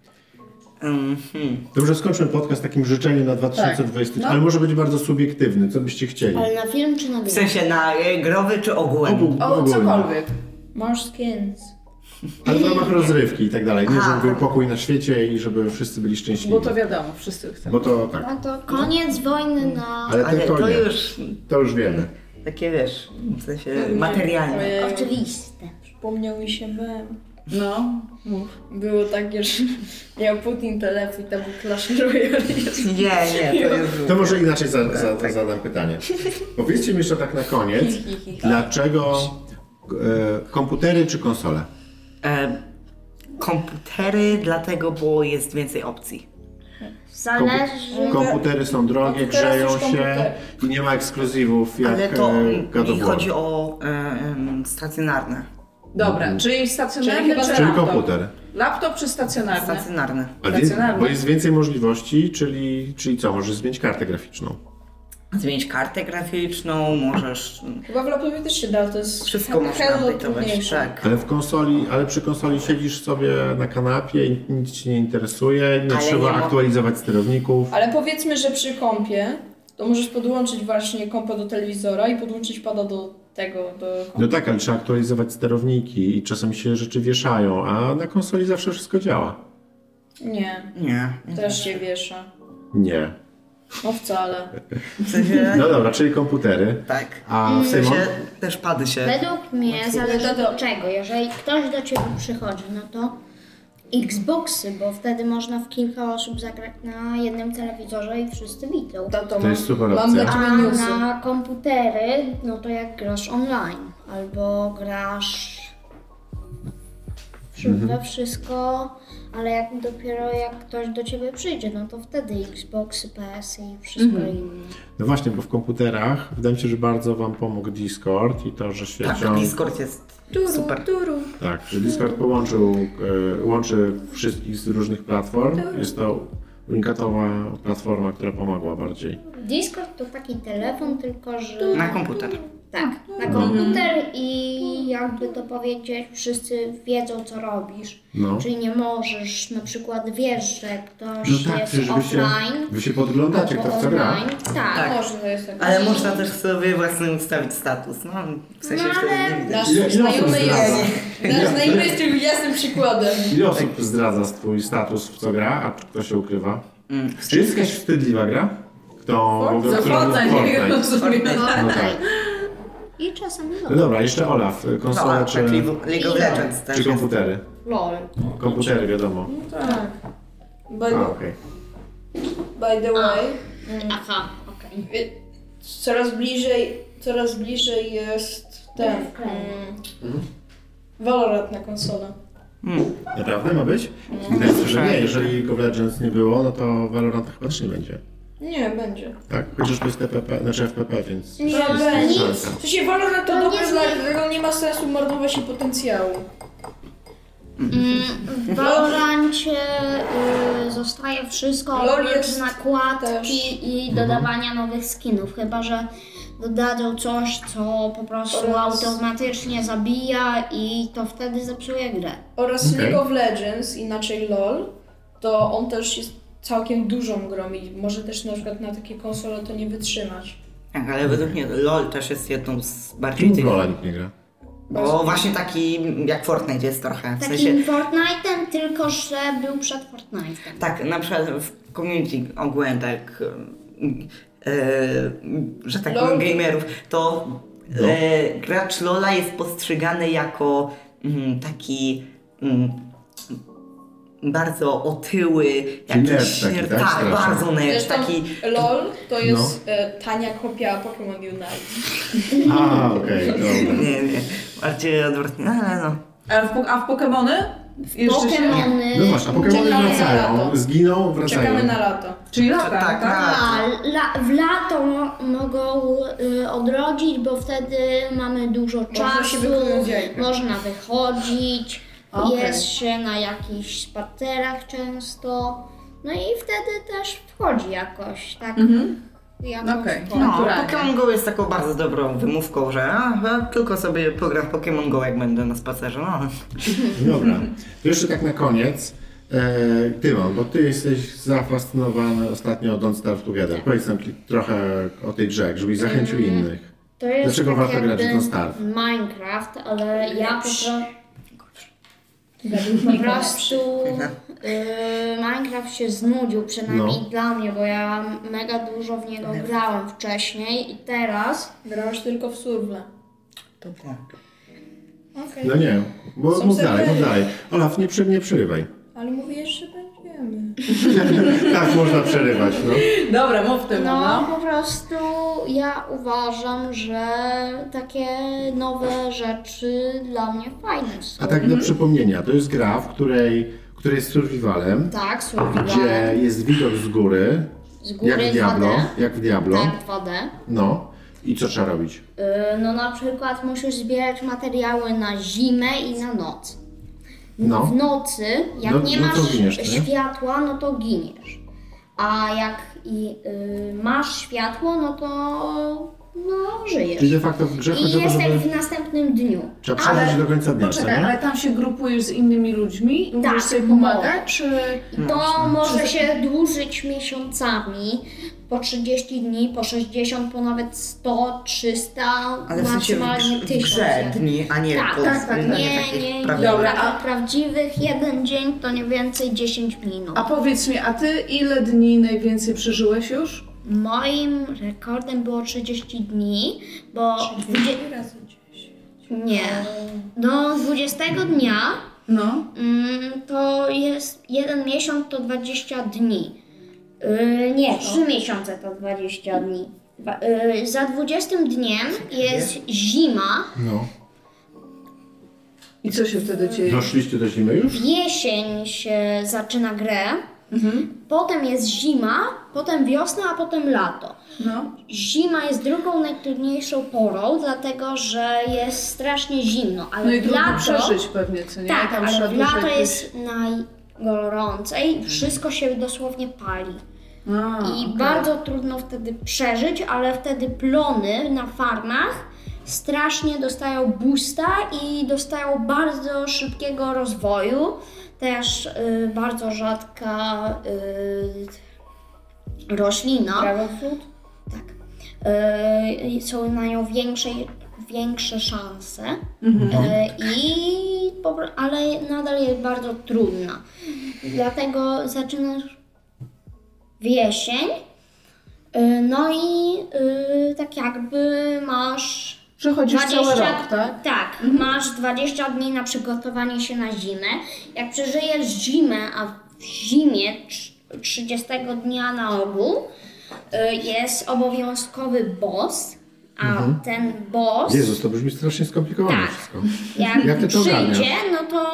Dobrze, skończmy podcast takim życzeniem na 2023, Tak. ale może być bardzo subiektywny. Co byście chcieli? Ale na film czy na W grę? sensie na growy czy ogółem? O, cokolwiek. More skins. Ale w ramach rozrywki i tak dalej. Nie, Aha. żeby był pokój na świecie i żeby wszyscy byli szczęśliwi. Bo to wiadomo, wszyscy chcemy. Bo to tak. No to koniec wojny na... Ale Ale tylko to nie. już To już wiemy. takie, wiesz, w sensie materialne. Ojej, Oczywiste. Przypomniał mi się mem. No, mów. Było takie, że miał Putin telefon i tam był Clash Royale. Nie, to jest... To może inaczej zadam pytanie. Powiedzcie mi jeszcze tak na koniec, dlaczego komputery czy konsole? Komputery dlatego, bo jest więcej opcji. Zależy... Komputery są drogie, No to teraz grzeją już się komputery. i nie ma ekskluzywów jak Ale to God of mi War. chodzi o stacjonarne. Dobra, czyli stacjonarny Czyli chyba czy Czyli laptop? komputer. Laptop czy stacjonarny? Stacjonarne. Stacjonarny. Bo jest więcej możliwości, czyli co? Możesz zmienić kartę graficzną. Zmienić kartę graficzną, możesz... Chyba w laptopie też się da, to jest Wszystko można hell update'ować. trudniejsze. Tak. Ale przy konsoli siedzisz sobie na kanapie i nic cię nie interesuje, nie Ale trzeba nie ma- aktualizować sterowników. Ale powiedzmy, że przy kompie to możesz podłączyć właśnie kompa do telewizora i podłączyć pada do tego, do kompa. No tak, ale trzeba aktualizować sterowniki i czasami się rzeczy wieszają, a na konsoli zawsze wszystko działa. Nie, Nie. też się wiesza. Nie. No wcale. W sensie... No dobra, czyli komputery. Tak. A W sensie Simon? też pady się... Według mnie zależy od czego. Jeżeli ktoś do ciebie przychodzi, no to Xboxy, bo wtedy można w kilka osób zagrać na jednym telewizorze i wszyscy widzą. To jest super Mam opcja. dla ciebie A newsy. na komputery, no to jak grasz online, albo grasz we wszystko, ale dopiero jak ktoś do ciebie przyjdzie, no to wtedy Xboxy, PS i wszystko inne. No właśnie, bo w komputerach wydaje mi się, że bardzo wam pomógł Discord i to, że świecią... Tak, Discord jest super. Tak, że Discord łączy wszystkich z różnych platform. Jest to unikatowa platforma, która pomogła bardziej. Discord to taki telefon, tylko że... Na komputer. Tak, na komputer i jakby to powiedzieć, wszyscy wiedzą co robisz. No. Czyli nie możesz, na przykład wiesz, że ktoś No tak, jest przecież offline. wy się podglądacie, kto w co gra. online. Tak. Tak. Można to jest tak. Ale można też sobie własny ustawić status, no w sensie No, wtedy ale- nie widać. Nasz Ile osób znajomy zdradza? jest. Nasz znajomy jest tylko jasnym przykładem. Ile osób zdradza swój status, w co gra, a kto się ukrywa? Mm. Czy jest jakaś wstydliwa gra? Kto... Fortnite, nie rozumiem. No tak. I czasami No dobra, jeszcze Olaf, konsole No, czy, tak, League of Legends też czy jest. komputery? LOL. Komputery, wiadomo. Tak. By A, the, okej. by the way, Aha, okej. coraz bliżej jest ten Valorant na konsolę. Naprawdę ma być? Wydaje mi się, że nie. Jeżeli League of Legends nie było, no to Valorant chyba też nie będzie. Nie, będzie. Tak? Chociaż to jest TPP, znaczy FPP, więc... Nie, jest będzie. szansa. W sensie Valorant to To dobry nie znak, zmieni- którego nie ma sensu marnować jej potencjału. W Valorancie zostaje wszystko LOL oprócz jest nakładki też- i dodawania nowych skinów, chyba że dodadzą coś, co po prostu Oraz- automatycznie zabija i to wtedy zepsuje grę. Oraz Okej. League of Legends, inaczej LoL, to on też jest całkiem dużą grą i może też na przykład na takie konsole to nie wytrzymać. Tak, ale według mnie LoL też jest jedną z bardziej Czemu tych... w Lola nikt nie gra? Bo właśnie taki jak Fortnite jest trochę, w Takim sensie... Fortnite'em, tylko że był przed Fortnite'em. Tak, na przykład w community ogółem tak, że tak LOL. powiem gamerów, to No. gracz LoL'a jest postrzegany jako taki bardzo otyły, nerd jakiś taki, nerd, tak? tak, Strasznie. bardzo nerd, Zresztą taki... LoL to jest tania kopia Pokémon Unite. A, okej, dobra. Nie, bardziej odwrotnie, ale no. A w Pokemony? Jeszcze się- Pokemony. No właśnie, a Pokémony Czekamy na wracają, lato. zginą, wracają. Czekamy na lato. Czyli lata, Tak, tak? A w lato mogą odrodzić, bo wtedy mamy dużo Można czasu, się wykupić jajka. można wychodzić, Okej. jest się na jakichś spacerach często, no i wtedy też wchodzi jakoś, tak? Okej. No, Naturalnie. Pokémon Go jest taką bardzo dobrą wymówką, że tylko sobie pogram w Pokémon Go, jak będę na spacerze. No. Dobra. To jeszcze tak na koniec. Tymon, bo ty jesteś zafascynowany ostatnio Don't Starve Together. Powiedz nam trochę o tej grze, żebyś zachęcił innych. To jest Dlaczego tak warto grać w jakby Don't Starve? Minecraft, ale ja po prostu Minecraft się znudził, przynajmniej dla mnie, bo ja mega dużo w niego grałem wcześniej i teraz Grałeś tylko w surwle. To tak. Okej. No nie, bo Są mów dalej, serwery. mów dalej. Olaf, nie przerywaj. Ale mówisz, że będziemy. Tak można przerywać, no. Dobra, mów tym, no po prostu ja uważam, że takie nowe rzeczy dla mnie fajne są. A tak do przypomnienia, to jest gra, która jest survivalem, Tak, gdzie survival. jest widok z góry, Z góry jak w Diablo, 2D. jak w Diablo. Tak, 2D. No. I co trzeba robić? No na przykład musisz zbierać materiały na zimę i na noc. No. W nocy, jak No- nie no masz to giniesz, nie? światła, no to giniesz. A jak masz światło, no to żyjesz. Czyli de facto w grze I chodzi o to, jesteś żeby w następnym dniu. trzeba przeżyć do końca dnia, co Poczekaj, nie? ale tam się grupujesz z innymi ludźmi i Tak, możesz sobie pomagać, czy... To może się dłużyć miesiącami, po 30 dni, po 60, po nawet 100, 300, Ale w sensie maksymalnie w 1000. grze dni, a nie Tak, po tak, tak. nie Nie, takich nie, prawdziwych. Dobra, takich prawdziwych jeden dzień to nie więcej 10 minut. A powiedz mi, a ty ile dni najwięcej przeżyłeś już? Moim rekordem było 30 dni, bo Razy 10. nie. Do 20 dnia No. to jest jeden miesiąc to 20 dni. Nie, 3 miesiące to 20 dni. Za 20 dniem jest zima, No. I co się wtedy dzieje? Doszliście do zimy już? jesień się zaczyna grę, potem jest zima, potem wiosna, a potem lato. No. Zima jest drugą najtrudniejszą porą, dlatego że jest strasznie zimno, ale No i w trudno lato... przeżyć pewnie, co nie? Tak, Tam ale trzeba w dużo lato jakieś- jest najgorącej, wszystko się dosłownie pali. A, I okej. bardzo trudno wtedy przeżyć, ale wtedy plony na farmach strasznie dostają boosta i dostają bardzo szybkiego rozwoju. Też bardzo rzadka roślina. Dragon Fruit? Tak. Są na nią większe szanse, ale nadal jest bardzo trudna. Dlatego zaczynasz w jesień, no i tak jakby masz Przechodzisz cały rok, tak? Tak, masz 20 dni na przygotowanie się na zimę. Jak przeżyjesz zimę, a w zimie 30 dnia na ogół jest obowiązkowy boss, a ten boss, Jezus, to brzmi strasznie skomplikowane Tak. wszystko. jak ty to ogarniasz? przyjdzie, no to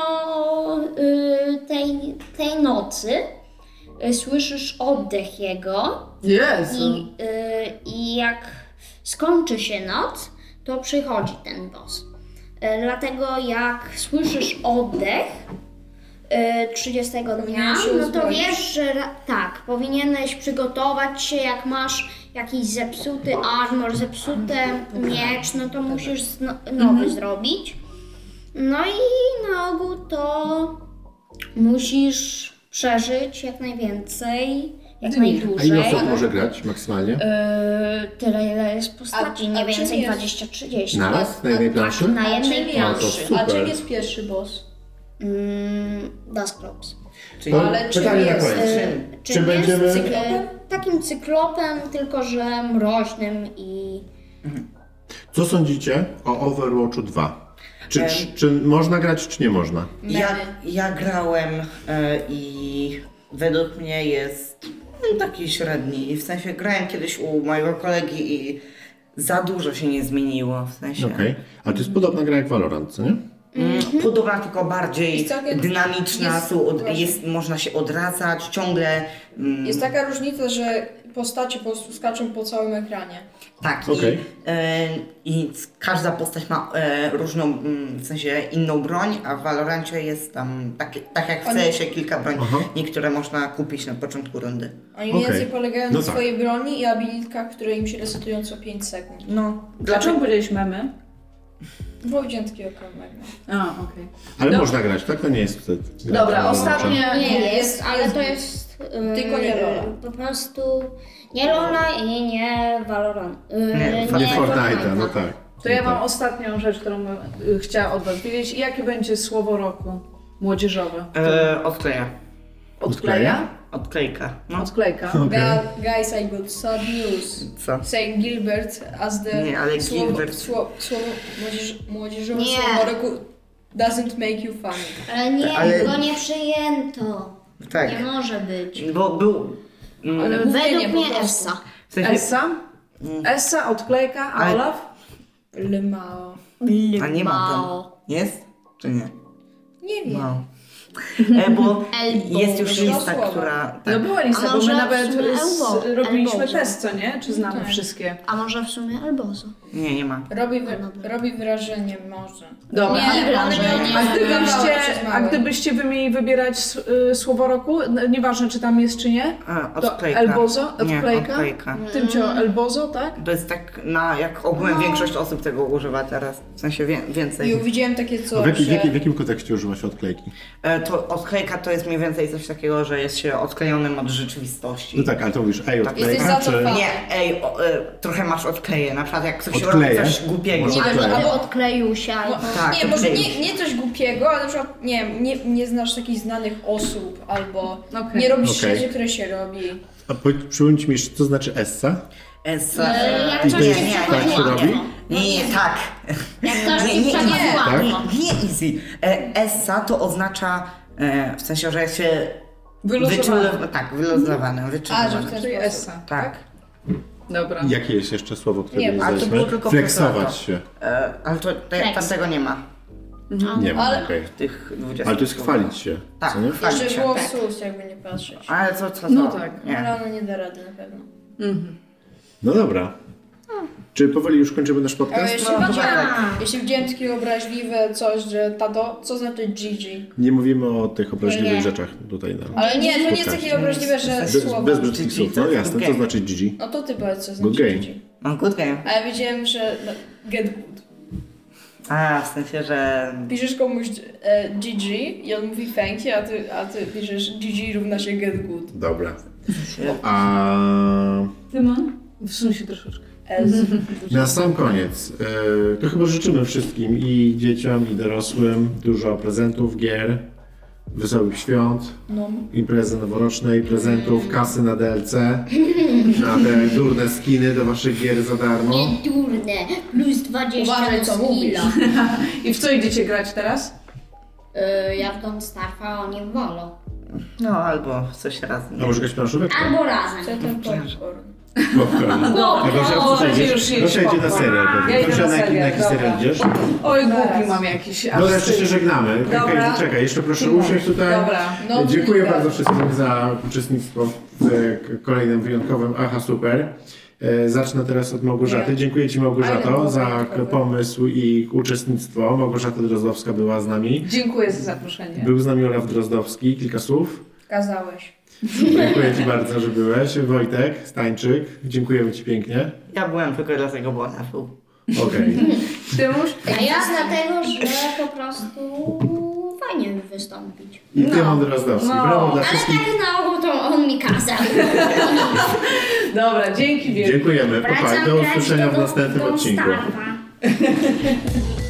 tej nocy słyszysz oddech jego Jezu. i jak skończy się noc, to przychodzi ten boss. Dlatego jak słyszysz oddech 30 dnia, Powinieneś się no to uzbroić. wiesz, że tak, powinieneś przygotować się, jak masz jakiś zepsuty armor, zepsuty miecz, no to musisz nowy zrobić. No i na ogół to musisz przeżyć jak najwięcej, jak Dni. A najdłużej. ile osób może grać maksymalnie? Tyle ile jest postaci, A nie czym więcej jest? 20-30. Naraz? Na jednej planszy? Na A jednej czym planszy. jest? A Super. czym jest pierwszy boss? Dusclops. Czyli To Ale czym pytanie na jest? koniec. Czym Czy będziemy- jest takim cyklopem, tylko że mroźnym i... Co sądzicie o Overwatchu 2? Czy można grać, czy nie można? Ja grałem i według mnie jest taki średni. W sensie grałem kiedyś u mojego kolegi i za dużo się nie zmieniło. W sensie Okej. A to jest podobna gra jak Valorant, co nie? podobna, tylko bardziej Jest całkiem- dynamiczna, jest- właśnie. można się odracać ciągle. Jest taka różnica, że postacie po prostu skaczą po całym ekranie. Tak, Okej. i każda postać ma różną, w sensie inną broń, a w Valorancie jest tam, tak jak w CS-ie, kilka broni. Niektóre można kupić na początku rundy. Oni mniej więcej polegają No na tak. swojej broni i abilitkach, które im się resetują co 5 sekund. No, Dlaczego powiedziałeś memy? Bo widziałem takiego kamerę. A, okej. Ale można grać, tak? To nie jest wtedy. Dobra, ostatnie... Nie jest, ale to jest Tylko nie Lola. po prostu nie Lola i nie Valorant. Nie, Nie Fortnite'a, no tak. To ja mam ostatnią rzecz, którą bym chciała od was wiedzieć. Jakie będzie słowo roku młodzieżowe? odkleja. Odkleja? Odklejka. No. Odklejka. Guys, I got sad news. Co? Say Gilbert as the Nie, ale Gilbert- słowo młodzieżowe Nie. słowo roku doesn't make you funny. Ale nie, Ale- go nie przyjęto. Tak, Nie może być. bo był... Ale Według mówienie po mnie prostu. Essa. w sensie, Essa? Essa, odklejka, a Ale- Olaf? Lemao. a nie ma Mao. tam. Jest? Czy nie? Nie wiem. No. Bo Elbow. jest już Dwa lista, słowa. która... No Tak. była lista, A bo my może nawet w sumie robiliśmy Elbozo. test, co nie? Czy znamy Tak. wszystkie? A może w sumie Albozo. Nie ma. Robi wrażenie może. Dobra. Nie, a- ale a A gdybyście... gdybyście wy mieli wybierać słowo roku, nieważne czy tam jest czy nie, to Odklejka. Elbozo, Nie, odklejka? odklejka. Tymcio Elbozo, tak? To jest tak, jak ogółem większość osób tego używa teraz. W sensie więcej. I widziałem takie A coś, w jakim kontekście używasz odklejki? To odklejka to jest mniej więcej coś takiego, że jest się odklejonym od rzeczywistości. No tak, ale to mówisz, ej, Jesteś odklejka, czy... zacofany. Nie, trochę masz odkleję. Na przykład jak ktoś Odkleję? robi coś głupiego. Może Nie wiem, odkleję. albo Odkleił się. Tak, nie, może odkleił. nie coś głupiego, ale na przykład nie znasz takich znanych osób, albo Okej. nie robisz Okej. rzeczy, które się robi. A przypomnij mi, co znaczy Essa? Jak I coś to ci jest, tak się przechodzi robi? łatwo. Nie, tak. Jak ktoś Nie, ci nie, przechodzi nie, łatwo. Nie easy. Essa to oznacza, w sensie, że jest się Wyluzowane. wyluzowane, A, że wyczynowane. w ten Czyli sposób. Essa, Tak. Dobra. Jakie jest jeszcze słowo, które Nie, nie ale to było tylko Flexować to. się. Ale tam tego nie ma. Nie ma, Ale- okej. W tych 20. Ale to jest chwalić się, Tak. co nie? Jeszcze Fajnie, było tak. sus, jakby nie patrzeć. Ale co? No tak. Nie. Ale ona nie da rady na pewno. No dobra. Czy powoli już kończymy nasz Ale podcast? jeszcze widziałem takie obraźliwe coś, że tato, co znaczy Gigi? Nie mówimy o tych obraźliwych Nie. rzeczach tutaj na Ale nie, to nie jest podcaście. takie obraźliwe, że słowo. Bez brzydkich Gigi słów, to no jest jasne, good co game. znaczy GG? No to ty powiedz, co Good znaczy game. Gigi. No good game. A ja wiedziałem, że get good. A, w sensie, że... Piszesz komuś Gigi i on mówi thank you, a ty piszesz Gigi równa się get good. Dobra. A Tymon? Wsuń się troszeczkę. na sam koniec, to chyba życzymy wszystkim i dzieciom, i dorosłym dużo prezentów, gier, wesołych świąt, No. imprezy noworocznej, prezentów, kasy na DLC, na te durne skiny do waszych gier za darmo. Nie durne. Plus 20 Uważaj, co mówisz. skilla. I w co idziecie grać teraz? Ja w Don't Starve, a oni w Valo. No, albo coś razem. A może jakaś planszóweczka? Albo razem. Co ten popcorn? Popcorn. A Gosia, już jedzie Gosia idzie na popcorn. serial. Ja idę Gosia, na na jaki serial, serial dobra. idziesz? Oj, głupi mam jakiś. No jeszcze się żegnamy. Dobra. Czekaj, jeszcze proszę usiąść tutaj. Dobra. No, Dziękuję dobra. bardzo wszystkim za uczestnictwo w kolejnym wyjątkowym Aha Super. Zacznę teraz od Małgorzaty. Nie. Dziękuję Ci, Małgorzato, Ale za wyjątkowy. pomysł i uczestnictwo. Małgorzata Drozdowska była z nami. Dziękuję za zaproszenie. Był z nami Olaf Drozdowski. Kilka słów. Kazałeś. Dziękuję Ci bardzo, że byłeś. Wojtek Stańczyk. Dziękujemy Ci pięknie. Ja byłem tylko dlatego, bo ona był. Okej. Tymuś? A ja dlatego, że po prostu fajnie wystąpić. I Tymon Drozdowski. No. Brawo dla Ale wszystkich. tak na ogół to on mi kazał. Dobra, dzięki wielkie. Dziękujemy. Wracam Do grać usłyszenia w do następnym Don't odcinku. Starve'a.